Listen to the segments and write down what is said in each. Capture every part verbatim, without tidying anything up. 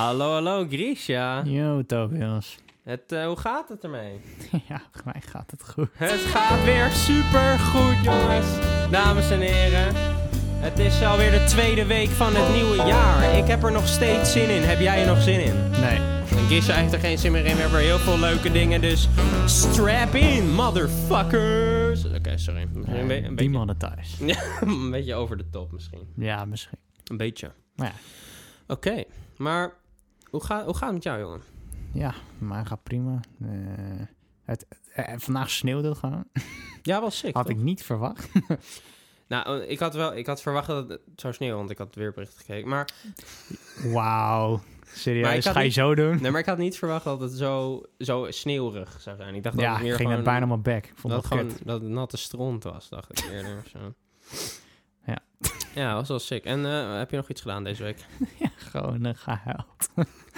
Hallo, hallo, Grisha. Yo, Tobias. Het, uh, hoe gaat het ermee? Ja, voor mij gaat het goed. Het gaat weer super goed, jongens. Dames en heren. Het is alweer de tweede week van het nieuwe jaar. Ik heb er nog steeds zin in. Heb jij er nog zin in? Nee. En Grisha heeft er geen zin meer in. We hebben heel veel leuke dingen, dus strap in, motherfuckers. Oké, okay, sorry. Uh, een, be- een beetje... Demonetized. Ja, een beetje over de top misschien. Ja, misschien. Een beetje. Maar ja. Oké, okay. maar hoe, ga, hoe gaat het met jou, jongen? Ja, mij gaat prima. Uh, het, uh, vandaag sneeuwde het gewoon. Ja, wel sick, Had toch? ik niet verwacht. Nou, ik had wel, ik had verwacht dat het zou sneeuwen, want ik had het weerbericht gekeken. Maar, wauw, serieus, ga je niet, zo doen? Nee, maar ik had niet verwacht dat het zo, zo sneeuwig zou zijn. Ik dacht dat ja, het meer ging gewoon, het bijna op mijn bek. Ik vond dat, dat gewoon kut. dat het natte stront was, dacht ik eerder. Of zo. Ja. Ja, dat was wel sick. En uh, heb je nog iets gedaan deze week? Ja, gewoon uh, gehuild.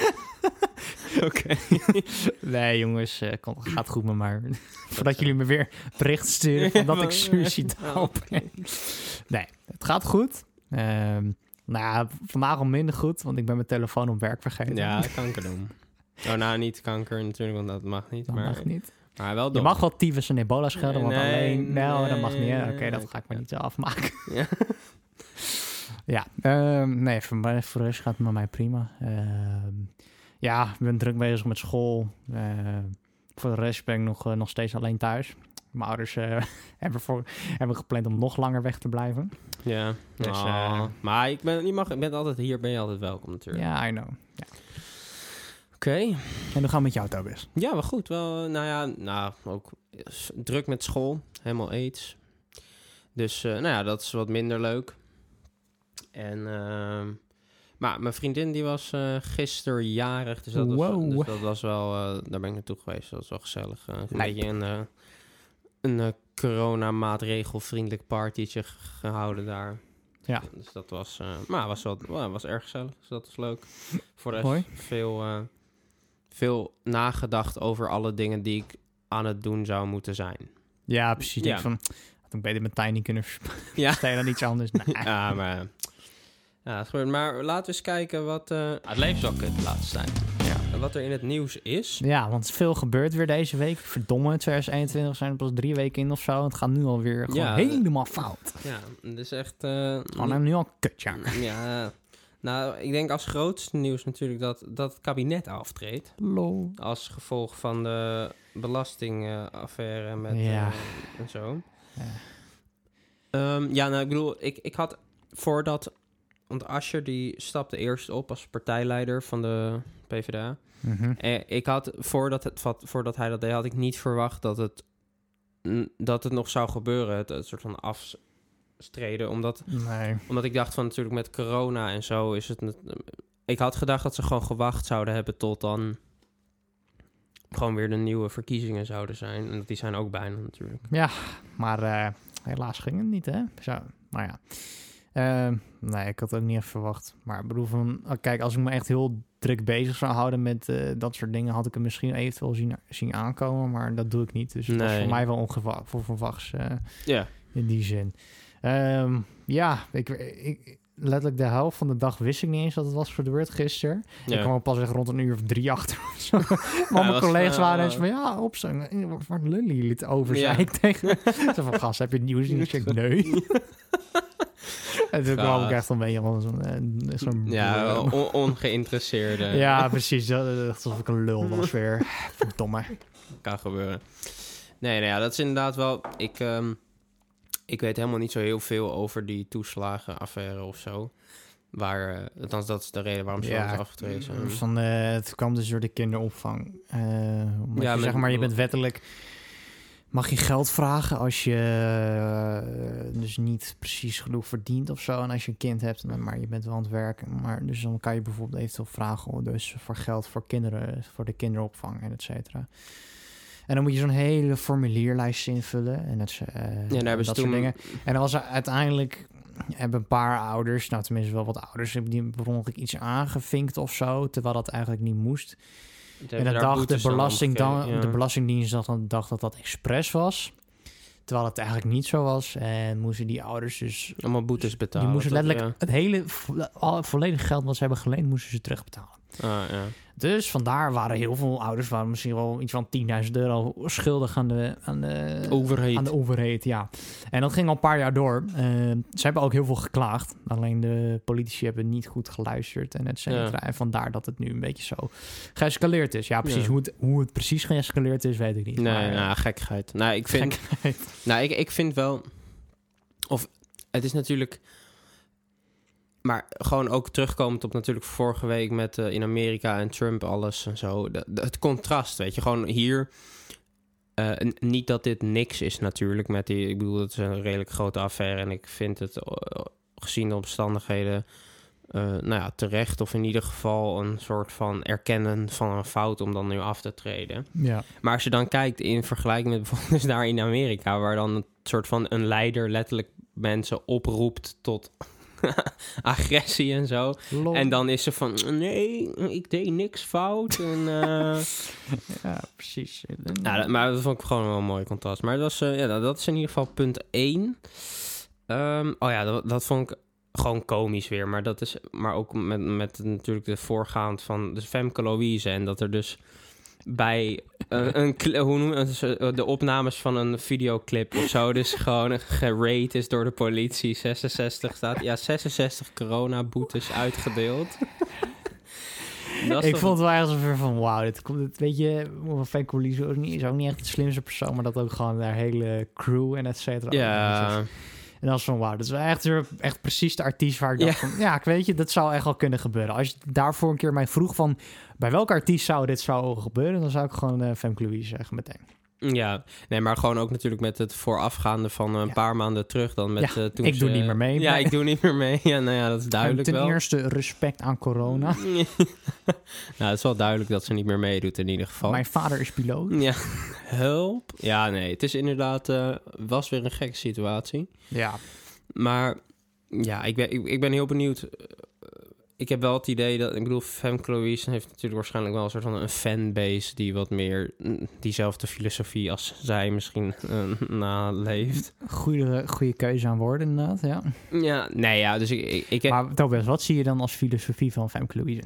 Oké. Okay. Nee, jongens, uh, het gaat goed met mij. Voordat jullie me weer bericht sturen van dat ik suicidaal ben. Nee, het gaat goed. Uh, nou ja, vandaag al minder goed, want ik ben mijn telefoon op werk vergeten. Ja, kanker doen. Oh, nou, niet kanker natuurlijk, want dat mag niet. Dat maar, mag niet. Maar wel dom. Je mag wel tyfus en ebola schelden, want nee, alleen... Nee, nee, dat mag niet. Oké, okay, dat ga ik maar niet zo afmaken. Ja, ja uh, nee, voor, mij, voor de rest gaat het met mij prima. Uh, ja, ik ben druk bezig met school. Uh, voor de rest ben ik nog, uh, nog steeds alleen thuis. Mijn ouders uh, hebben, voor, hebben gepland om nog langer weg te blijven. Ja, dus, oh. uh, maar ik ben, je mag, ik ben altijd, hier ben je altijd welkom natuurlijk. Ja, I know. Ja. Oké. Okay. En hoe gaat het met jou, Tobias? Ja, wel goed. Wel, nou ja, nou, ook druk met school. Helemaal aids. Dus, uh, nou ja, dat is wat minder leuk. En, uh, maar mijn vriendin die was uh, gisteren jarig. Dus dat, wow. was, dus dat was wel, uh, daar ben ik naartoe geweest. Dat was wel gezellig. Uh, een nee. beetje een, uh, een uh, corona-maatregelvriendelijk partytje gehouden daar. Ja. Dus dat was, uh, maar was wel, well, was erg gezellig. Dus dat was leuk. Voor de rest Mooi. veel... Uh, veel nagedacht over alle dingen die ik aan het doen zou moeten zijn. Ja, precies. Ja. Ik van, had ik beter met Tiny kunnen ja. stellen dan iets anders. Nee. Ja, maar... Ja, het gebeurt. Maar laten we eens kijken wat... Uh, het leven zal kut de laatste tijd. Ja. Wat er in het nieuws is. Ja, want veel gebeurt weer deze week. Verdomme, twintig eenentwintig zijn er pas drie weken in of zo. Het gaat nu alweer gewoon ja, helemaal fout. Ja, het is echt... Uh, gewoon nu al kut, ja. Ja... Nou, ik denk als grootste nieuws natuurlijk dat, dat het kabinet aftreedt. Lol. Als gevolg van de belastingaffaire met ja. uh, en zo. Ja, um, ja nou, ik bedoel, ik, ik had voordat... Want Asscher die stapte eerst op als partijleider van de P v d A. Mm-hmm. En ik had, voordat, het, voordat hij dat deed, had ik niet verwacht dat het, dat het nog zou gebeuren. Het, het soort van af... streden, omdat, nee. omdat ik dacht van natuurlijk met corona en zo is het... Ik had gedacht dat ze gewoon gewacht zouden hebben tot dan gewoon weer de nieuwe verkiezingen zouden zijn. En die zijn ook bijna natuurlijk. Ja, maar uh, helaas ging het niet, hè? Zo, maar ja. Uh, nee, ik had ook niet even verwacht. Maar ik bedoel van... Kijk, als ik me echt heel druk bezig zou houden met uh, dat soort dingen... had ik hem misschien eventueel zien, zien aankomen. Maar dat doe ik niet. Dus het nee. was voor mij wel ongewacht, voor verwachts uh, yeah. in die zin. Um, ja, ik, ik, letterlijk de helft van de dag wist ik niet eens dat het was gebeurd gisteren. Ja. Ik kwam er pas echt rond een uur of drie achter of zo. Maar ja, mijn collega's uh, waren eens van, ja, opstaan. Waar lullen jullie het over, ja. zei ik tegen me. Zo van, gast, heb je het nieuws niet? Ik zeg, nee. En toen kwam ik echt een beetje van zo'n... zo'n ja, on- ongeïnteresseerde. Ja, precies. Dat alsof ik een lul was weer. Verdomme. Kan gebeuren. Nee, nou ja, dat is inderdaad wel... Ik... Um, Ik weet helemaal niet zo heel veel over die toeslagenaffaire of zo. Waar, uh, althans, dat is de reden waarom ze ja, is afgetreden zijn. Van, uh, het kwam dus door de kinderopvang. Uh, omdat ja, je, zeg maar, je bent wettelijk... Mag je geld vragen als je uh, dus niet precies genoeg verdient of zo. En als je een kind hebt, dan, maar je bent wel aan het werken. Maar dus dan kan je bijvoorbeeld eventueel vragen dus voor geld voor kinderen, voor de kinderopvang en et cetera. En dan moet je zo'n hele formulierlijst invullen. En dat, uh, ja, daar hebben dat ze soort toen... dingen. En dan was er uiteindelijk... hebben een paar ouders... nou, tenminste wel wat ouders... die bijvoorbeeld iets aangevinkt of zo... terwijl dat eigenlijk niet moest. En dan dacht de, belasting dan, ja. de Belastingdienst dat dan dacht dat dat expres was... terwijl het eigenlijk niet zo was. En moesten die ouders dus... allemaal boetes betalen. Die moesten letterlijk dat, ja. het hele... vo- volledige geld wat ze hebben geleend... moesten ze terugbetalen. Ah, ja. Dus vandaar waren heel veel ouders... waren misschien wel iets van tienduizend euro schuldig aan de, aan de overheid. Aan de overheid, ja. En dat ging al een paar jaar door. Uh, ze hebben ook heel veel geklaagd. Alleen de politici hebben niet goed geluisterd en et cetera. Ja. En vandaar dat het nu een beetje zo geëscaleerd is. Ja, precies. Ja. Hoe, het, hoe het precies geëscaleerd is, weet ik niet. Nee, maar, nou, gekkigheid. Nou, ik vind... Gekkigheid. Nou, ik, ik vind wel... Of het is natuurlijk... Maar gewoon ook terugkomend op natuurlijk vorige week met uh, in Amerika en Trump alles en zo. De, de, het contrast, weet je. Gewoon hier... Uh, n- niet dat dit niks is natuurlijk met die... Ik bedoel, het is een redelijk grote affaire. En ik vind het, uh, gezien de omstandigheden... Uh, nou ja, terecht. Of in ieder geval een soort van erkennen van een fout... om dan nu af te treden. Ja. Maar als je dan kijkt in vergelijking met bijvoorbeeld daar in Amerika... waar dan een soort van een leider letterlijk mensen oproept tot... agressie en zo. Lol. En dan is ze van... Nee, ik deed niks fout. En, uh... ja, precies. Nou, dat, maar dat vond ik gewoon wel een mooi contrast. Maar dat, was, uh, ja, dat, dat is in ieder geval punt één. Um, oh ja, dat, dat vond ik gewoon komisch weer. Maar dat is... Maar ook met, met natuurlijk de voorgaand van de Femke Louise. En dat er dus... bij uh, een, hoe noem je, de opnames van een videoclip of zo, dus gewoon gerate is door de politie. zesenzestig staat, ja, zesenzestig coronaboetes uitgedeeld. Dat ik toch... vond het wel ergens weer van, wauw, dit komt, dit, weet je, Van Colis is ook niet echt de slimste persoon, maar dat ook gewoon de hele crew en et cetera. Ja. En dat is van, wauw, dat is echt, echt precies de artiest waar ik dacht ja. van... Ja, ik weet je, dat zou echt wel kunnen gebeuren. Als je daarvoor een keer mij vroeg van... bij welke artiest zou dit zou gebeuren... dan zou ik gewoon uh, Femke Louise zeggen meteen. Ja, nee, maar gewoon ook natuurlijk met het voorafgaande van een ja. paar maanden terug. Dan met, ja, uh, toen ik ze, doe niet meer mee. Ja, ik doe niet meer mee. Ja, nou ja, dat is duidelijk ten wel. Ten eerste respect aan corona. Nou, het is wel duidelijk dat ze niet meer meedoet in ieder geval. Mijn vader is piloot. Ja, help. Ja, nee, het is inderdaad... Uh, was weer een gekke situatie. Ja. Maar ja, ik ben, ik, ik ben heel benieuwd. Ik heb wel het idee dat... Ik bedoel, Femke Louise heeft natuurlijk waarschijnlijk wel een soort van een fanbase... die wat meer diezelfde filosofie als zij misschien uh, naleeft. Goeie, goede keuze aan woorden inderdaad, ja. Ja, nee, ja, dus ik... ik, ik maar Tobias, wat zie je dan als filosofie van Femke Louise?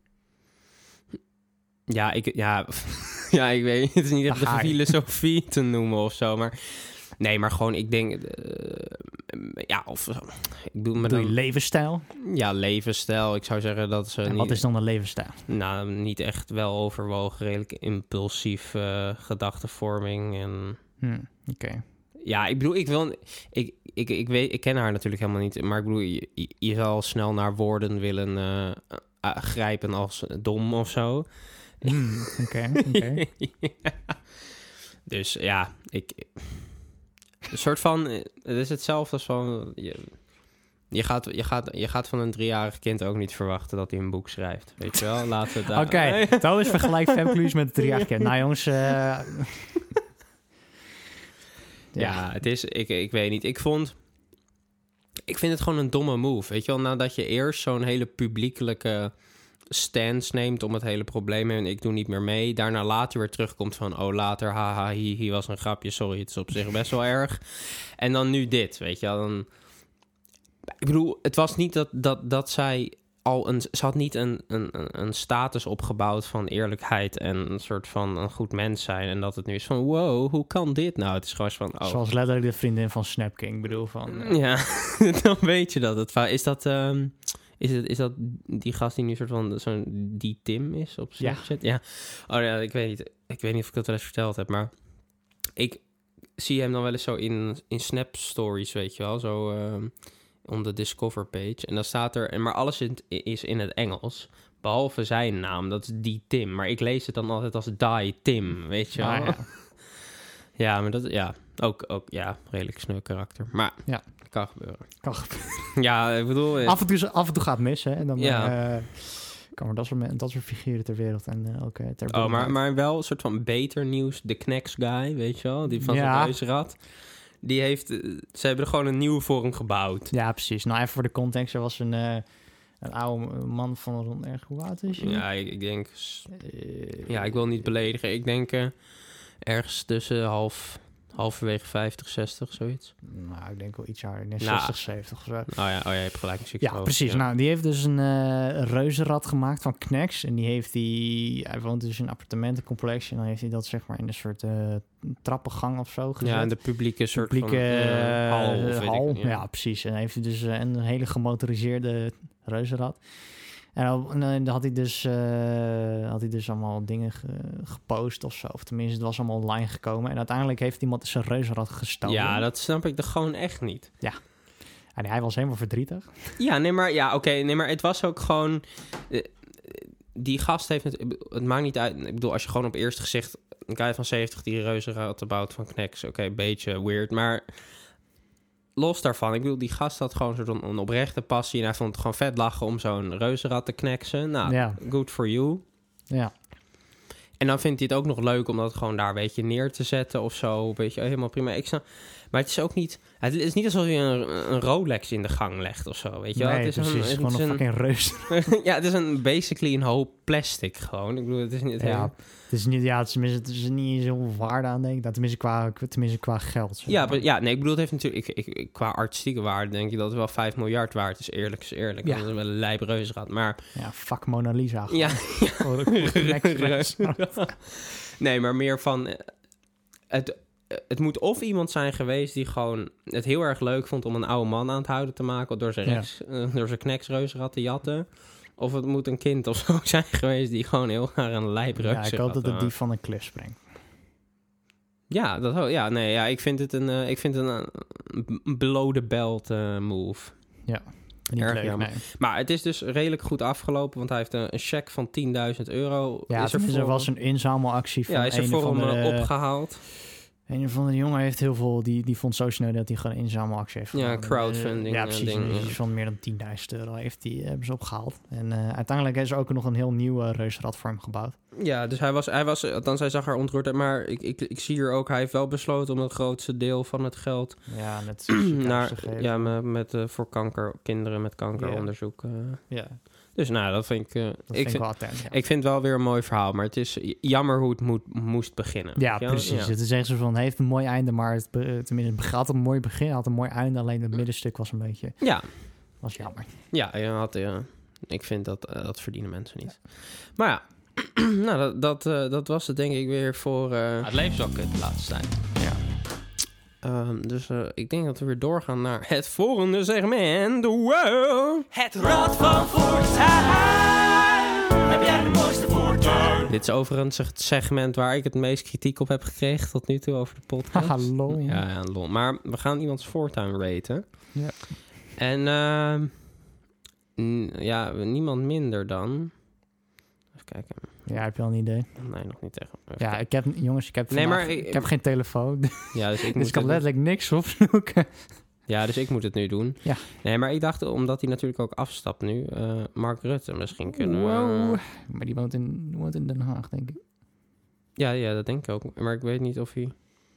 Ja, ik, ja, ja, ik weet niet. Het is niet echt de filosofie te noemen of zo, maar... Nee, maar gewoon, ik denk... Uh, ja, of... Ik bedoel, Doe je dan, levensstijl? Ja, levensstijl. Ik zou zeggen dat ze... En niet, wat is dan een levensstijl? Nou, niet echt wel overwogen. Redelijk impulsief uh, gedachtenvorming en... Hmm, Oké. Okay. Ja, ik bedoel, ik wil... Ik, ik, ik, weet, ik ken haar natuurlijk helemaal niet. Maar ik bedoel, je, je zal snel naar woorden willen uh, uh, grijpen als dom of zo. Oké, hmm, oké. Okay, okay. Ja. Dus ja, ik... Een soort van, het is hetzelfde als van, je, je, gaat, je, gaat, je gaat van een driejarig kind ook niet verwachten dat hij een boek schrijft. Weet je wel, laten we het daar... Oké, okay, dat is vergelijk Femke Louise met een driejarig kind. Nou jongens... Uh... ja. ja, het is, ik, ik weet niet, ik vond... Ik vind het gewoon een domme move, weet je wel. Nadat je eerst zo'n hele publiekelijke stance neemt om het hele probleem en ik doe niet meer mee. Daarna later weer terugkomt van, oh later, haha, hier, hier was een grapje, sorry, het is op zich best wel erg. En dan nu dit, weet je wel. Dan... Ik bedoel, het was niet dat, dat, dat zij al een... Ze had niet een, een, een status opgebouwd van eerlijkheid en een soort van een goed mens zijn. En dat het nu is van, wow, hoe kan dit nou? Het is gewoon van, oh. Zoals letterlijk de vriendin van Snapking, bedoel van... Uh... Ja, dan weet je dat het... Is dat... Um... Is, het, is dat die gast die nu soort van zo'n die Tim is op Snapchat? Ja. ja. Oh ja, ik weet niet. Ik weet niet of ik dat wel eens verteld heb, maar ik zie hem dan wel eens zo in, in Snap Stories, weet je wel, zo uh, on de Discover page. En dan staat er, maar alles in, is in het Engels, behalve zijn naam. Dat is die Tim. Maar ik lees het dan altijd als Die Tim, weet je wel. Ah, ja. ja, maar dat ja ook ook ja redelijk sneu karakter, maar ja. Kan gebeuren. Kan gebeuren. Ja, ik bedoel... Af en toe, af en toe gaat het mis, hè. En dan ja. uh, komen dat soort, dat soort figuren ter wereld. En uh, ook uh, ter oh, maar, maar wel een soort van beter nieuws. De Knacks guy, weet je wel? Die van ja. zijn huisrad. Die heeft... Uh, ze hebben er gewoon een nieuwe vorm gebouwd. Ja, precies. Nou, even voor de context. Er was een, uh, een oude man van rond erg... Hoe oud is hij? Ja, ik, ik denk... Uh, ja, ik wil niet beledigen. Ik denk uh, ergens tussen half... Halverwege vijftig, zestig, zoiets. Nou, ik denk wel iets harder. Nee, Nou. zestig, zeventig of zo. Oh ja, oh ja, je hebt gelijk een stukje Ja, over. precies. Ja. Nou, die heeft dus een uh, reuzenrad gemaakt van Knex. En die heeft die... Hij woont dus in een appartementencomplex. En dan heeft hij dat zeg maar in een soort uh, trappengang of zo gezet. Ja, in de publieke soort publieke van uh, hal. Of weet hal. ik, ja. Ja, precies. En dan heeft hij dus uh, een hele gemotoriseerde reuzenrad. En dan, en dan had hij dus, uh, had hij dus allemaal dingen ge, gepost of zo. Of tenminste, het was allemaal online gekomen. En uiteindelijk heeft iemand zijn reuzenrad gestolen. Ja, dat snap ik er gewoon echt niet. Ja. En hij was helemaal verdrietig. Ja, nee, maar, ja, oké, okay, nee, maar het was ook gewoon... Uh, die gast heeft het... Het maakt niet uit... Ik bedoel, als je gewoon op eerste gezicht... Een guy van zeventig die reuzenrad bouwt van Knex. Oké, okay, een beetje weird, maar... Los daarvan, ik bedoel, die gast had gewoon zo'n een oprechte passie... en hij vond het gewoon vet lachen om zo'n reuzenrad te kneksen. Nou, ja. Good for you. Ja. En dan vindt hij het ook nog leuk om dat gewoon daar een beetje neer te zetten of zo. Weet je, helemaal prima. Ik snap, maar het is ook niet... Het is niet alsof je een, een Rolex in de gang legt of zo, weet je wel? Nee, het is precies. Een, het is gewoon een, een fucking reus. Ja, het is een basically een hoop plastic gewoon. Ik bedoel, het is niet... Het ja, hele... het is niet... Ja, het is, het is niet zoveel waarde aan, denk ik. Dat, tenminste, qua, tenminste, qua geld. Zeg ja, maar. ja, nee, ik bedoel, het heeft natuurlijk... Ik, ik, ik, qua artistieke waarde denk ik dat het wel vijf miljard waard is. Eerlijk is eerlijk. Ja. Dat is wel een lijp reuzenrad, maar... Ja, fuck Mona Lisa. Ja. ja. Nee, maar meer van... Het... Het moet of iemand zijn geweest die gewoon het heel erg leuk vond om een oude man aan het houden te maken door zijn, ja. rechts, uh, door zijn kneksreuzenrad te jatten. Of het moet een kind of zo zijn geweest die gewoon heel graag een lijpreuzenrad. Ja, ik hoop dat het die van een klif springt. Ja, dat, ja, nee, ja, ik vind het een, uh, ik vind het een, een below the belt uh, move. Ja, niet erg leuk, jammer. nee. Maar het is dus redelijk goed afgelopen, want hij heeft een, een cheque van tienduizend euro. Ja, is er, voor, er was een inzamelactie van ja, is er een voor of hem andere, uh, opgehaald. Een van de jongen heeft heel veel, die, die vond zo snel dat hij gewoon een inzamelactie heeft Ja, gehouden. crowdfunding. Ja, precies. Ding, Ding, van meer dan tienduizend euro heeft die, hebben ze opgehaald. En uh, uiteindelijk is er ook nog een heel nieuw uh, reuzenrad voor hem gebouwd. Ja, dus hij was, hij was, althans hij zag er ontroerd uit, maar ik, ik, ik zie hier ook, hij heeft wel besloten om het grootste deel van het geld ja, net naar, te geven. ja, met, met uh, voor kanker, kinderen met kankeronderzoek. Uh. Ja. Dus nou, dat vind ik, uh, dat ik, vind vind, wel attent, ja. ik vind wel weer een mooi verhaal, maar het is jammer hoe het moet, moest beginnen. Ja, ja? precies. Ja. Het is echt zo van, het heeft een mooi einde, maar het, tenminste, het had een mooi begin, had een mooi einde, alleen het middenstuk was een beetje, ja. was jammer. Ja, je had, uh, ik vind dat, uh, dat verdienen mensen niet. Maar ja, nou, dat, dat, uh, dat was het denk ik weer voor... Uh, het leven is ook kut de laatste tijd. Ja. Um, dus uh, ik denk dat we weer doorgaan naar het volgende segment. Wow. Het Rad van Fortuin. Heb jij de mooiste fortuin? Dit is overigens het segment waar ik het meest kritiek op heb gekregen tot nu toe over de podcast. Hallo. Ja, ja, lol. Maar we gaan iemands fortuin raten. Ja. En uh, n- ja, niemand minder dan... Even kijken. Ja, heb je al een idee? Nee, nog niet tegen. Even Ja, kijken. ik heb, jongens, ik heb, Nee, vandaag, maar ik- ik heb geen telefoon, Ja, dus ik dus moet ik kan het- letterlijk niks opzoeken. Ja, dus ik moet het nu doen. Ja. Nee, maar ik dacht, omdat hij natuurlijk ook afstapt nu, uh, Mark Rutte misschien kunnen we... Wow. Maar die woont in, die woont in Den Haag, denk ik. Ja, ja, dat denk ik ook. Maar ik weet niet of hij...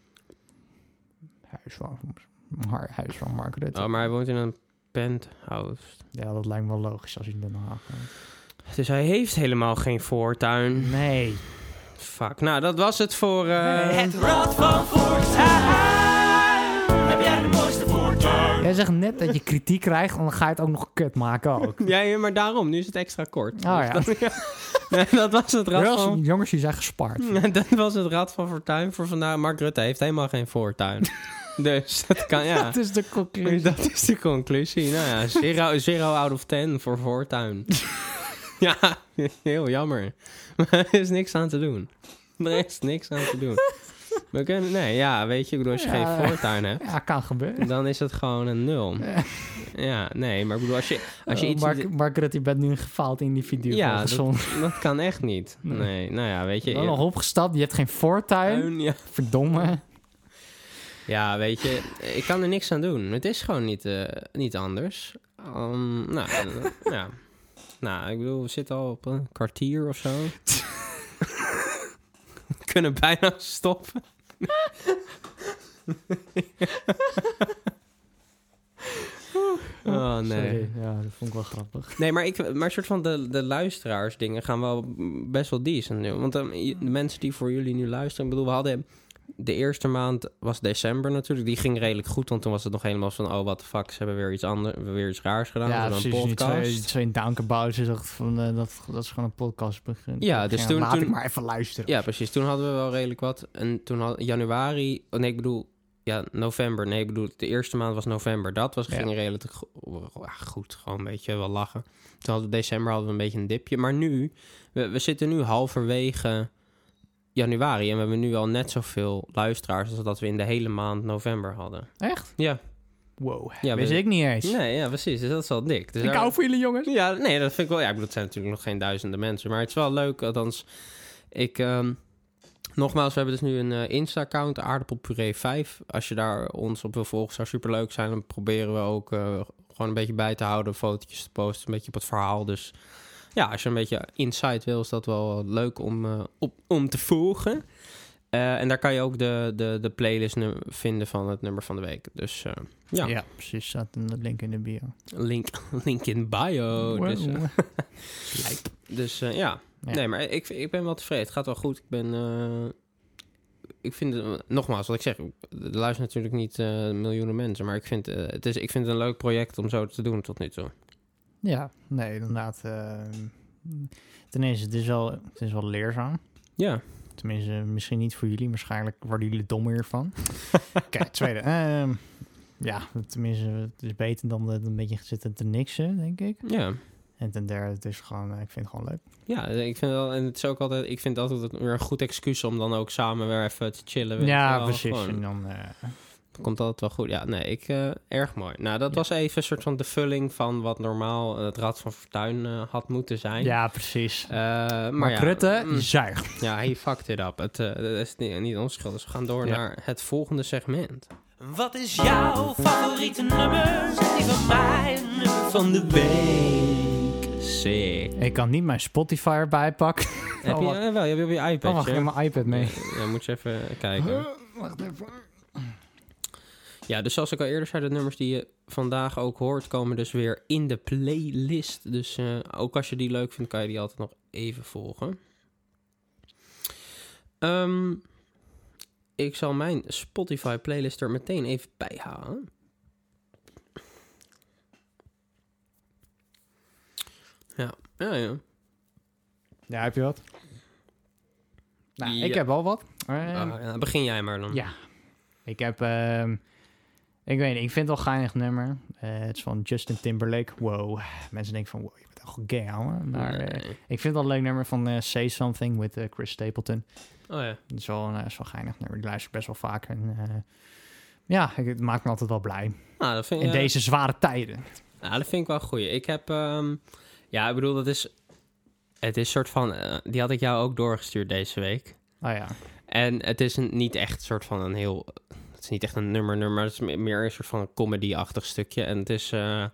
Huis van, haar- huis van Mark Rutte. Oh, maar hij woont in een penthouse. Ja, dat lijkt me wel logisch als hij in Den Haag woont. Dus hij heeft helemaal geen voortuin. Nee. Fuck. Nou, dat was het voor... Uh... Het Rad van Fortuin. Heb jij de mooiste fortuin? Jij zegt net dat je kritiek krijgt en dan ga je het ook nog kut maken ook. Ja, ja, maar daarom. Nu is het extra kort. Oh Dus ja. dat, ja. Nee, dat was het rad Jongens, van... jongens, die zijn gespaard. Dat was het rad van fortuin voor vandaag. Mark Rutte heeft helemaal geen voortuin. Dus dat kan, ja. Dat is de conclusie. Dat is de conclusie. Nou ja, zero, zero out of ten voor voortuin. Ja, heel jammer. Maar er is niks aan te doen. Er is niks aan te doen. We kunnen, nee, ja, weet je, ik bedoel, als je Ja. geen voortuin hebt, Ja, kan gebeuren. dan is het gewoon een nul. Ja, nee, maar ik bedoel, als je, als je Oh, iets... Mark, Mark Rutte, je bent nu een gefaald individu. Ja, volgens dat, ons. dat kan echt niet. Nee. Nee, nou ja, weet je... Je bent nog opgestapt, je hebt geen voortuin. Ja. Verdomme. Ja, weet je, ik kan er niks aan doen. Het is gewoon niet, uh, niet anders. Um, nou, uh, ja. Nou, ik bedoel, we zitten al op een kwartier of zo. We kunnen bijna stoppen. Oh, nee. Sorry. Ja, dat vond ik wel grappig. Nee, maar, ik, maar soort van de, de luisteraars dingen gaan wel best wel decent nu. Want um, de mensen die voor jullie nu luisteren... Ik bedoel, we hadden de eerste maand was december natuurlijk. Die ging redelijk goed, want toen was het nog helemaal van... oh, what the fuck, ze hebben weer iets anders, we hebben weer iets raars gedaan. Ja, we precies. een Niet podcast. zo, zo in Downkabout is dacht van uh, dat, dat is gewoon een podcast begint. Ja, dus toen- laat toen- ik maar even luisteren. Ja, precies. Toen hadden we wel redelijk wat. En toen had januari... Oh, nee, ik bedoel... Ja, november. Nee, ik bedoel, de eerste maand was november. Dat was, Ja. ging redelijk go- ja, goed. Gewoon een beetje wel lachen. Toen hadden we december hadden we een beetje een dipje. Maar nu... We, we zitten nu halverwege januari. En we hebben nu al net zoveel luisteraars... als dat we in de hele maand november hadden. Echt? Ja. Wow. Ja, Wist we- ik niet eens. Nee, ja, precies. Dus dat is wel dik. Dus ik daar- hou voor jullie jongens. Ja, nee, dat vind ik wel... Ja, ik bedoel, het zijn natuurlijk nog geen duizenden mensen. Maar het is wel leuk, althans... Ik... ehm, nogmaals, we hebben dus nu een eh, Insta-account, aardappelpuree vijf. Als je daar ons op wil volgen, zou superleuk zijn. Dan proberen we ook uh, gewoon een beetje bij te houden, fotootjes te posten, een beetje op het verhaal. Dus ja, als je een beetje insight wil, is dat wel leuk om, uh, op, om te volgen. Uh, en daar kan je ook de, de, de playlist nu vinden van het nummer van de week. Dus uh, ja, Ja, precies. Staat een link in de bio. link, link in bio. Wow. Dus, uh, Lijp. dus uh, ja. Ja. Nee, maar ik, ik ben wel tevreden. Het gaat wel goed. Ik ben... Uh, ik vind het... Nogmaals, wat ik zeg... Er luisteren natuurlijk niet uh, miljoenen mensen. Maar ik vind, uh, het is, ik vind het een leuk project om zo te doen tot nu toe. Ja, nee, inderdaad. Uh, ten eerste, het is, wel, het is wel leerzaam. Ja. Tenminste, misschien niet voor jullie. Waarschijnlijk worden jullie dommer hiervan. Kijk, tweede. Uh, ja, tenminste, het is beter dan het een beetje zitten te niksen, denk ik. Ja. En ten derde, het is gewoon, uh, ik vind het gewoon leuk. Ja, ik vind wel... En het is ook altijd... Ik vind het altijd weer een goed excuus om dan ook samen weer even te chillen. weet je Ja, wel. precies. Gewoon, En dan... Uh, het komt altijd wel goed. Ja, nee, ik... Uh, erg mooi. Nou, dat Ja. was even een soort van de vulling van wat normaal het Rad van Fortuin uh, had moeten zijn. ja, precies. Uh, maar Maar ja, Rutte, mm, zuigt. ja, hij fucked it up. Het uh, dat is niet, niet ons schuld. Dus we gaan door Ja. naar het volgende segment. Wat is jouw favoriete nummer? Zeg die van mij, een nummer van de week. Sick. Ik kan niet mijn Spotify erbij pakken. Heb je, wacht. uh, wel, je hebt op je Oh, iPad. wacht, ik heb mijn iPad mee. Ja, moet je even kijken. Wacht even. Ja, dus zoals ik al eerder zei, de nummers die je vandaag ook hoort, komen dus weer in de playlist. Dus uh, ook als je die leuk vindt, kan je die altijd nog even volgen. Um, ik zal mijn Spotify playlist er meteen even bij halen. Ja, ja, ja. Ja, heb je wat? Nou, Ja. ik heb wel wat. Uh, Ah, ja, begin jij maar dan. ja. Ik heb... Uh, ik weet niet, ik vind het wel een geinig nummer. Uh, het is van Justin Timberlake. Wow. Mensen denken van, wow, je bent echt gay, ouwe. Maar uh, Nee. ik vind het wel een leuk nummer van uh, Say Something with uh, Chris Stapleton. Oh ja. Het is wel een, uh, is wel een geinig nummer. Die luister ik best wel vaak. En, uh, ja, ik, het maakt me altijd wel blij. Nou, dat vind In je... deze zware tijden. Nou, dat vind ik wel een goeie. Ik heb... Um, ja, ik bedoel, dat is... Het is soort van... Uh, die had ik jou ook doorgestuurd deze week. Oh ja. En het is een, niet echt soort van een heel... Het is niet echt een nummer-nummer. Maar het is me- meer een soort van comedy-achtig stukje. En het is... Uh,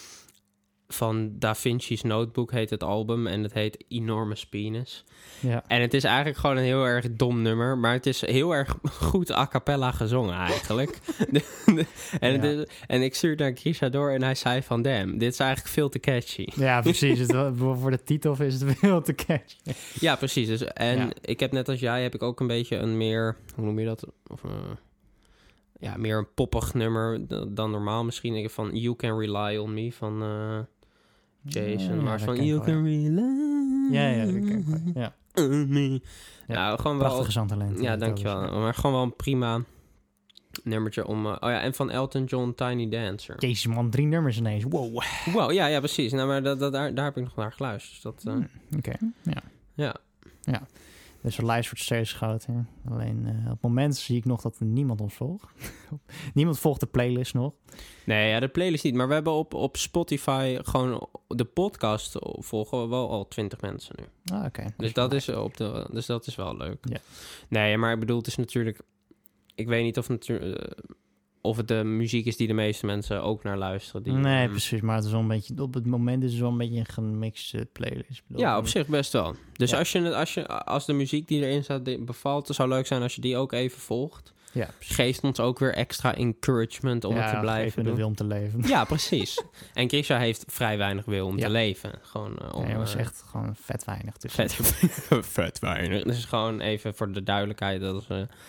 van Da Vinci's Notebook heet het album. En het heet Enormous Penis. Ja. En het is eigenlijk gewoon een heel erg dom nummer. Maar het is heel erg goed a cappella gezongen eigenlijk. De- de- en, het Ja. is, en ik stuurde naar Grisha door en hij zei van... Damn, dit is eigenlijk veel te catchy. Ja, precies. Het, voor de titel is het veel te catchy. Ja, precies. Dus, en Ja. ik heb net als jij heb ik ook een beetje een meer... Hoe noem je dat? Of, uh, ja, meer een poppig nummer d- dan normaal. Misschien denk ik van You Can Rely On Me van uh, Jason. Ja, maar dat van ken ik You wel, Can Rely Ja, ja, dat ken ik wel. Ja. On Me. Ja, Nou, gewoon wel... Prachtige zangtalent. Ja, dankjewel. Maar gewoon wel een prima nummertje om... Uh, oh ja, en van Elton John, Tiny Dancer. Jezus man, drie nummers ineens. Wow. Wow, ja, ja, precies. Nou, maar dat, dat, daar, daar heb ik nog naar geluisterd. Dus dat, uh, Hmm, Oké, ja. ja. Dus de lijst wordt steeds groter. Alleen uh, op het moment zie ik nog dat er niemand ons volgt. Niemand volgt de playlist nog. Nee, ja, de playlist niet. Maar we hebben op, op Spotify gewoon de podcast volgen we wel al twintig mensen nu. Ah, oké. Dus dat is, op de, dus dat is wel leuk. Ja. Nee, maar ik bedoel, het is natuurlijk... Ik weet niet of, natu- uh, of het de muziek is die de meeste mensen ook naar luisteren. Die, Nee, um, precies. Maar het is wel een beetje, op het moment is het wel een beetje een gemixte playlist. Ik bedoel, Ja, op zich best wel. Dus Ja. als, je, het- als, je, als de muziek die erin staat die bevalt, het zou leuk zijn als je die ook even volgt. Ja, precies. Geeft ons ook weer extra encouragement om ja, het te blijven geef me de doen. wil om te leven. Ja, precies. En Grisha heeft vrij weinig wil om Ja. te leven. Gewoon uh, om... Nee, dat was uh, echt gewoon vet weinig. Dus vet, vet weinig. Dus gewoon even voor de duidelijkheid. Dat is, uh,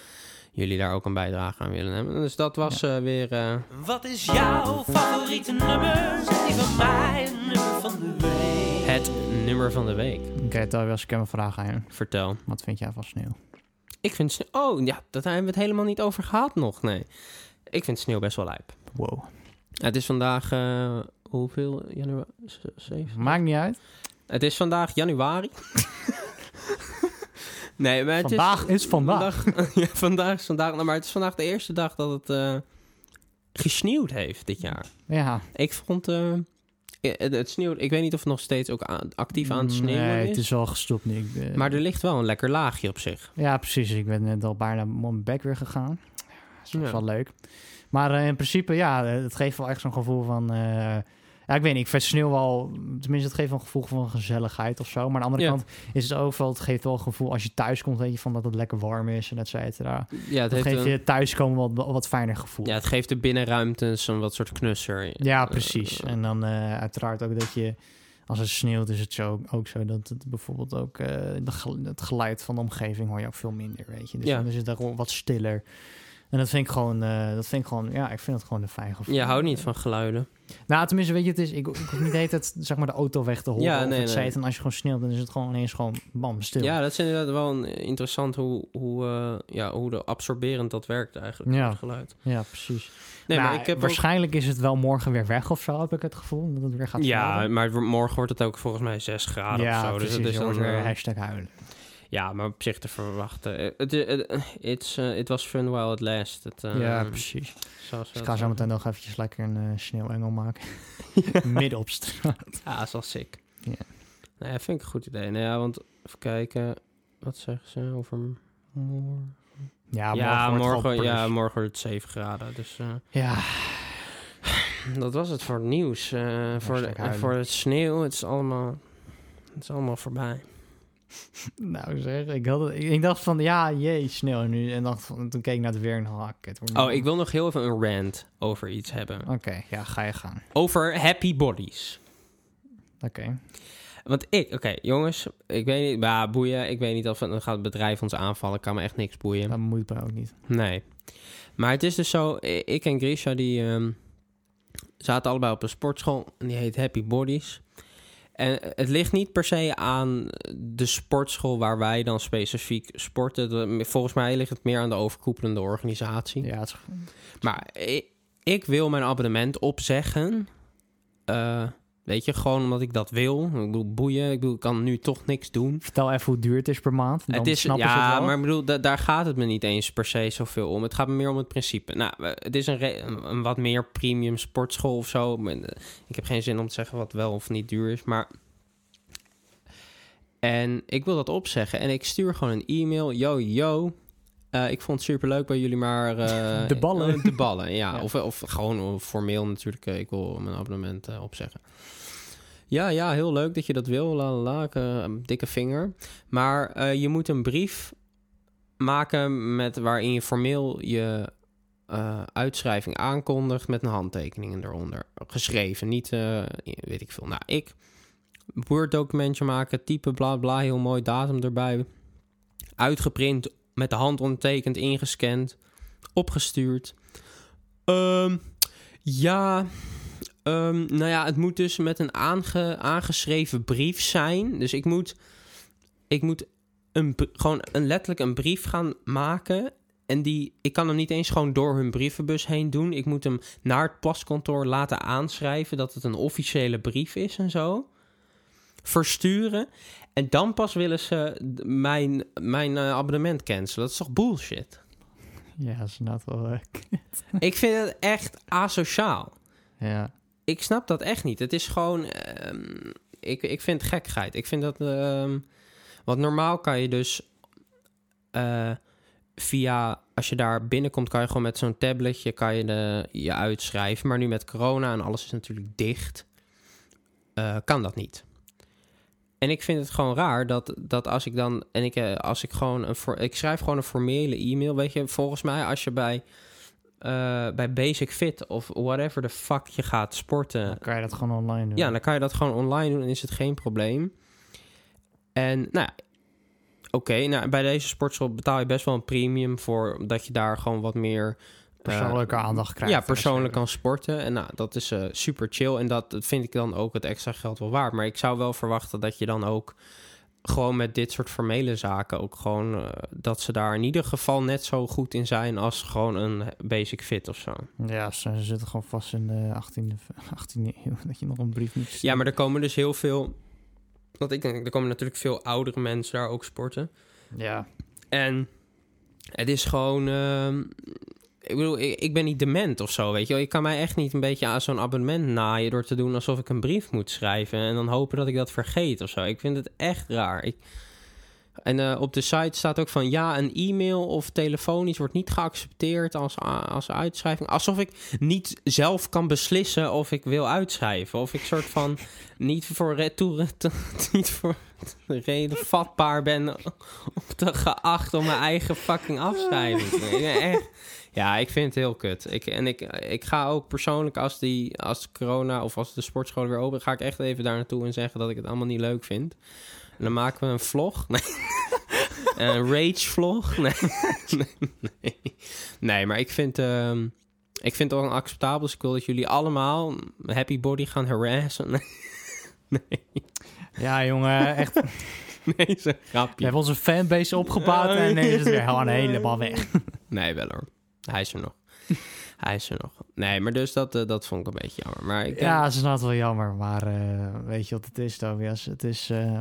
jullie daar ook een bijdrage aan willen hebben. Dus dat was Ja. uh, weer... Uh... Wat is jouw favoriete nummer? Zet die van mij een nummer van de week. Het nummer van de week. Oké, okay, Tobias, als ik hem een vraag aan je. Vertel. Wat vind jij van sneeuw? Ik vind sneeuw... Oh, ja, dat hebben we het helemaal niet over gehad nog, nee. Ik vind sneeuw best wel lijp. Wow. Het is vandaag... Uh, hoeveel? Januari? zeven? Maakt niet uit. Het is vandaag januari. nee, maar het vandaag is, is vandag. vandaag. ja, vandaag is vandaag. Nou, maar het is vandaag de eerste dag dat het uh, gesneeuwd heeft dit jaar. Ja. Ik vond... Uh, het, het sneeuwt... Ik weet niet of het nog steeds ook aan, actief aan het sneeuwen nee, is. het is al gestopt nu. Ik, uh, maar er ligt wel een lekker laagje op zich. Ja, precies. Ik ben net al bijna op mijn bek weer gegaan. Dat is Ja. wel leuk. Maar uh, in principe, ja, het geeft wel echt zo'n gevoel van... Uh, ja, ik weet niet, ik vind sneeuw wel... Tenminste, het geeft wel een gevoel van gezelligheid of zo. Maar aan de andere Ja. kant is het ook wel... Het geeft wel een gevoel als je thuis komt, weet je, van dat het lekker warm is en et cetera. Ja, het, Dat heeft geeft een, je thuiskomen wat, wat fijner gevoel. ja, het geeft de binnenruimte zo'n wat soort knusser. Ja, Uh, precies. uh, En dan uh, uiteraard ook dat je... Als het sneeuwt is het zo, ook zo dat het bijvoorbeeld ook... Uh, de, gel- het geluid van de omgeving hoor je ook veel minder, weet je. Dus Ja. dan is het gewoon wat stiller. En dat vind ik gewoon... Uh, dat vind ik gewoon ja, ik vind het gewoon een fijn gevoel. Je houdt niet van geluiden. Nou, tenminste, weet je, het is... Ik, ik hoef niet de hele tijd, zeg maar, de auto weg te horen. Ja, of nee, het nee. zet. En als je gewoon sneeuwt, dan is het gewoon ineens gewoon bam, stil. Ja, dat is inderdaad wel een, interessant hoe, hoe, uh, ja, hoe de absorberend dat werkt eigenlijk, Ja. het geluid. Ja, precies. Nee, Nou, maar ik heb waarschijnlijk is het wel morgen weer weg of zo, heb ik het gevoel. Dat het weer gaat ook, Ja, sneeuwen. maar morgen wordt het ook volgens mij zes graden ja, of zo. precies. Dus het is je dan, wordt weer uh, hashtag huilen. ja, maar op zich te verwachten. Het it, uh, it was fun while it lasted. Uh, ja, precies. Zoals Dus ik ga zo meteen nog eventjes lekker een uh, sneeuwengel maken. Midden op straat. Ja, dat is wel sick. Ja. Nou ja, vind ik een goed idee. Nou ja, want even kijken. Wat zeggen ze over morgen? Ja, Ja, morgen, wordt morgen, het ja, gewoon morgen wordt het zeven graden. Dus uh, plus. Ja, dat was het voor het nieuws. Uh, voor, de, huilen. voor het sneeuw. Het is allemaal, het is allemaal voorbij. nou zeg, ik, had het, ik, ik dacht van, ja, jee, sneeuw nu. En dacht van, toen keek ik naar het weer en dacht, het wordt Oh, ik wil nog heel even een rant over iets hebben. Oké, okay, ja, ga je gaan. Over happy bodies. Oké. Okay. Want ik, oké, okay, jongens, ik weet niet, bah, boeien. Ik weet niet of het, dan gaat het bedrijf ons aanvallen. Kan me echt niks boeien. Dat moet me ook niet. Nee. Maar het is dus zo, ik en Grisha, die um, zaten allebei op een sportschool. En die heet Happy Bodies. En het ligt niet per se aan de sportschool waar wij dan specifiek sporten. Volgens mij ligt het meer aan de overkoepelende organisatie. Ja, het is... Maar ik, ik wil mijn abonnement opzeggen. Uh, weet je, gewoon omdat ik dat wil. Ik bedoel, boeien. Ik bedoel, ik kan nu toch niks doen. Vertel even hoe duur het is per maand. Dan het is, snappen ja, ze het wel. maar ik bedoel, da- daar gaat het me niet eens per se zoveel om. Het gaat me meer om het principe. Nou, het is een, re- een, een wat meer premium sportschool of zo. Ik heb geen zin om te zeggen wat wel of niet duur is, maar... En ik wil dat opzeggen. En ik stuur gewoon een e-mail. Yo, yo. Uh, ik vond het superleuk bij jullie, maar... Uh, de ballen. Uh, de ballen, ja. ja. Of, of gewoon formeel natuurlijk. Uh, ik wil mijn abonnement uh, opzeggen. Ja, ja, heel leuk dat je dat wil. La, la, la, ik, uh, dikke vinger. Maar uh, je moet een brief maken met waarin je formeel je uh, uitschrijving aankondigt met een handtekening eronder. Geschreven, niet uh, weet ik veel. Nou, ik... Word-documentje maken, typen, bla bla, heel mooi, datum erbij. Uitgeprint, met de hand ondertekend, ingescand, opgestuurd. Um, ja, um, nou ja, het moet dus met een aange, aangeschreven brief zijn. Dus ik moet, ik moet een, gewoon een, letterlijk een brief gaan maken. En die, ik kan hem niet eens gewoon door hun brievenbus heen doen. Ik moet hem naar het postkantoor laten aanschrijven dat het een officiële brief is en zo. Versturen. En dan pas willen ze mijn, mijn uh, abonnement cancelen. Dat is toch bullshit? Ja, dat is net wel leuk. Ik vind het echt asociaal. Ja. Ik snap dat echt niet. Het is gewoon... Um, ik, ik vind het gekkigheid. Ik vind dat... Um, want normaal kan je dus... Uh, via... Als je daar binnenkomt, kan je gewoon met zo'n tabletje... kan je de, je uitschrijven. Maar nu met corona en alles is natuurlijk dicht... Uh, kan dat niet. En ik vind het gewoon raar dat, dat als ik dan... En ik, als ik gewoon een... For, ik schrijf gewoon een formele e-mail. Weet je, volgens mij als je bij... Uh, bij Basic Fit of whatever the fuck je gaat sporten... Dan kan je dat gewoon online doen. Ja, dan kan je dat gewoon online doen en is het geen probleem. En nou ja, Oké, okay, nou, bij deze sportschool betaal je best wel een premium voor dat je daar gewoon wat meer persoonlijke uh, aandacht krijgt. Ja, persoonlijk kan sporten. En nou, dat is uh, super chill. En dat vind ik dan ook het extra geld wel waard. Maar ik zou wel verwachten dat je dan ook gewoon met dit soort formele zaken ook gewoon uh, dat ze daar in ieder geval net zo goed in zijn als gewoon een basic fit of zo. Ja, ze zitten gewoon vast in de achttiende, achttiende eeuw dat je nog een brief moet sturen. Ja, maar er komen dus heel veel, wat ik denk, er komen natuurlijk veel oudere mensen daar ook sporten. Ja. En het is gewoon, uh, ik bedoel, ik, ik ben niet dement of zo, weet je wel. Ik kan mij echt niet een beetje aan zo'n abonnement naaien door te doen alsof ik een brief moet schrijven en dan hopen dat ik dat vergeet of zo. Ik vind het echt raar. Ik, en uh, op de site staat ook van, ja, een e-mail of telefonisch wordt niet geaccepteerd als, als uitschrijving. Alsof ik niet zelf kan beslissen of ik wil uitschrijven. Of ik soort van niet voor, re- toe, te, niet voor de reden vatbaar ben of te geacht om mijn eigen fucking afschrijving te doen. Ja, echt. Ja, ik vind het heel kut. Ik, en ik, ik ga ook persoonlijk, als, die, als corona of als de sportscholen weer open, ga ik echt even daar naartoe en zeggen dat ik het allemaal niet leuk vind. En dan maken we een vlog. Nee. Een rage-vlog. Nee. nee, nee. Nee, maar ik vind, uh, ik vind het onacceptabel. Dus ik wil dat jullie allemaal Happy Body gaan harassen. Nee. nee. Ja, jongen, echt. Nee, is een grapje. We hebben onze fanbase opgebouwd en nu is het weer gewoon helemaal weg. Nee, wel hoor. Hij is er nog. Hij is er nog. Nee, maar dus dat, uh, dat vond ik een beetje jammer. Maar ik, ja, het is inderdaad wel jammer. Maar uh, weet je wat het is, Tobias? Het is... Uh,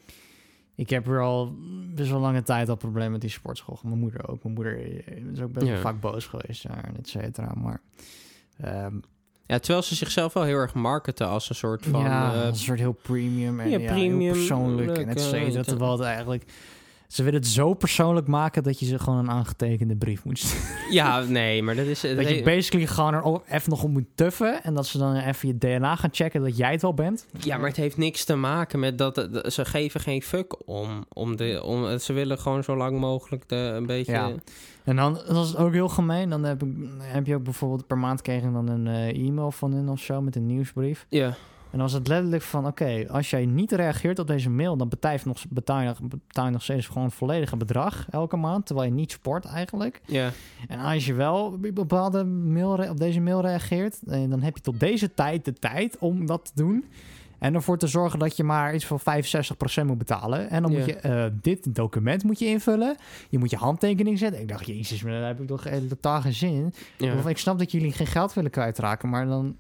ik heb er al best wel lange tijd al problemen met die sportschool. Mijn moeder ook. Mijn moeder is ook best wel ja. vaak boos geweest. Ja, et cetera. Maar... Um, ja, terwijl ze zichzelf wel heel erg marketen als een soort van... Ja, uh, als een soort heel premium en ja, ja, premium, heel persoonlijk leuk, en et cetera. uh, Terwijl het eigenlijk... Ze willen het zo persoonlijk maken dat je ze gewoon een aangetekende brief moet sturen. Ja, nee, maar dat is... Dat he- je basically gewoon er even nog op moet tuffen en dat ze dan even je D N A gaan checken dat jij het wel bent. Ja, maar het heeft niks te maken met dat... De, ze geven geen fuck om. om, de, om ze willen gewoon zo lang mogelijk de, een beetje... Ja. En dan dat is het ook heel gemeen. Dan heb, ik, heb je ook bijvoorbeeld per maand kregen dan een uh, e-mail van hun of zo met een nieuwsbrief. Ja. En dan was het letterlijk van, oké, okay, als jij niet reageert op deze mail, dan betaal je nog, betaal je nog, betaal je nog steeds gewoon het volledige bedrag elke maand, terwijl je niet sport eigenlijk. Ja. En als je wel op, bepaalde mail, op deze mail reageert, dan heb je tot deze tijd de tijd om dat te doen. En ervoor te zorgen dat je maar iets van vijfenzestig procent moet betalen. En dan ja. moet je uh, dit document moet je invullen. Je moet je handtekening zetten. Ik dacht, jezus, maar daar heb ik toch totaal geen zin in. Ja. Ik snap dat jullie geen geld willen kwijtraken, maar dan...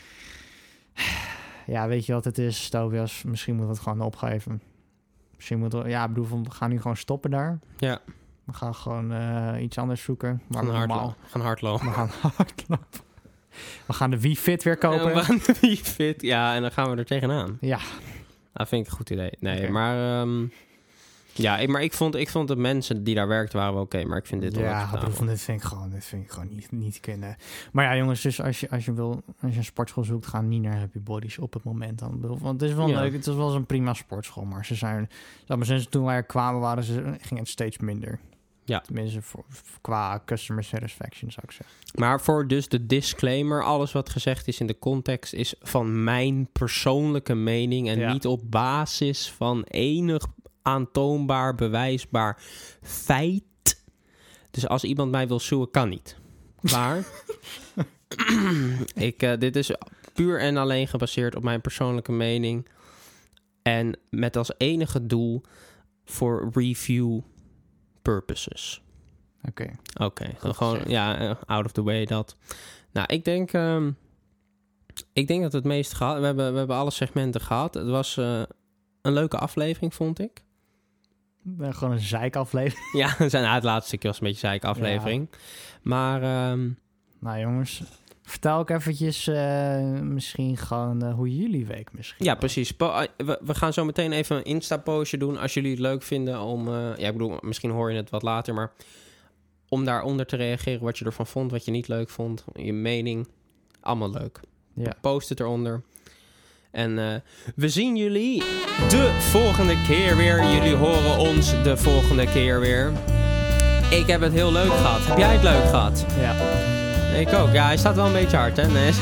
Ja, weet je wat het is, Tobias? Misschien moeten we het gewoon opgeven. Misschien moeten we... Ja, ik bedoel, we gaan nu gewoon stoppen daar. Ja. We gaan gewoon uh, iets anders zoeken. Maar gaan, normaal... hardlo- gaan hardlopen. We gaan hardlopen. We gaan de Wii Fit weer kopen. Ja, we gaan de Wii Fit. Ja, en dan gaan we er tegenaan. Ja. Dat vind ik een goed idee. Nee, okay. maar... Um, ja, ik, maar ik vond, ik vond de mensen die daar werkten waren wel oké. Okay, maar ik vind dit wel ja, bedoel, dit vind ik gewoon, dit vind ik gewoon niet, niet kunnen. Maar ja, jongens, dus als je, als je wil, als je een sportschool zoekt, ga niet naar Happy Bodies op het moment dan. Bedoel, want het is wel ja. leuk, het is wel een prima sportschool, maar ze zijn, maar sinds toen wij er kwamen, waren ze, ging het steeds minder. Ja. Tenminste, voor, qua customer satisfaction zou ik zeggen. Maar voor dus de disclaimer, alles wat gezegd is in de context is van mijn persoonlijke mening en ja. niet op basis van enig aantoonbaar, bewijsbaar feit. Dus als iemand mij wil suwen, kan niet. Maar ik, uh, dit is puur en alleen gebaseerd op mijn persoonlijke mening en met als enige doel voor review purposes. Oké. Okay. Oké, okay, gewoon ja, uh, out of the way dat. Nou, ik denk, um, ik denk dat we het meest gehad. We hebben, we hebben alle segmenten gehad. Het was uh, een leuke aflevering, vond ik. Uh, gewoon een zeikaflevering. Ja, zijn, nou, het laatste stukje was een beetje zeikaflevering. Ja. Maar... Um, nou jongens, vertel ook eventjes uh, misschien gewoon uh, hoe jullie week misschien Ja, was. precies. Po- we, we gaan zo meteen even een Insta-postje doen als jullie het leuk vinden om... Uh, ja, ik bedoel, misschien hoor je het wat later, maar... om daaronder te reageren wat je ervan vond, wat je niet leuk vond, je mening. Allemaal leuk. Ja. Post het eronder. En uh, we zien jullie de volgende keer weer. Jullie horen ons de volgende keer weer. Ik heb het heel leuk gehad. Heb jij het leuk gehad? Ja. Ik ook. Ja, hij staat wel een beetje hard, hè? Nee.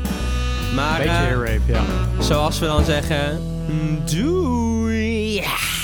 Maar, beetje uh, rape, ja. Zoals we dan zeggen... Doei!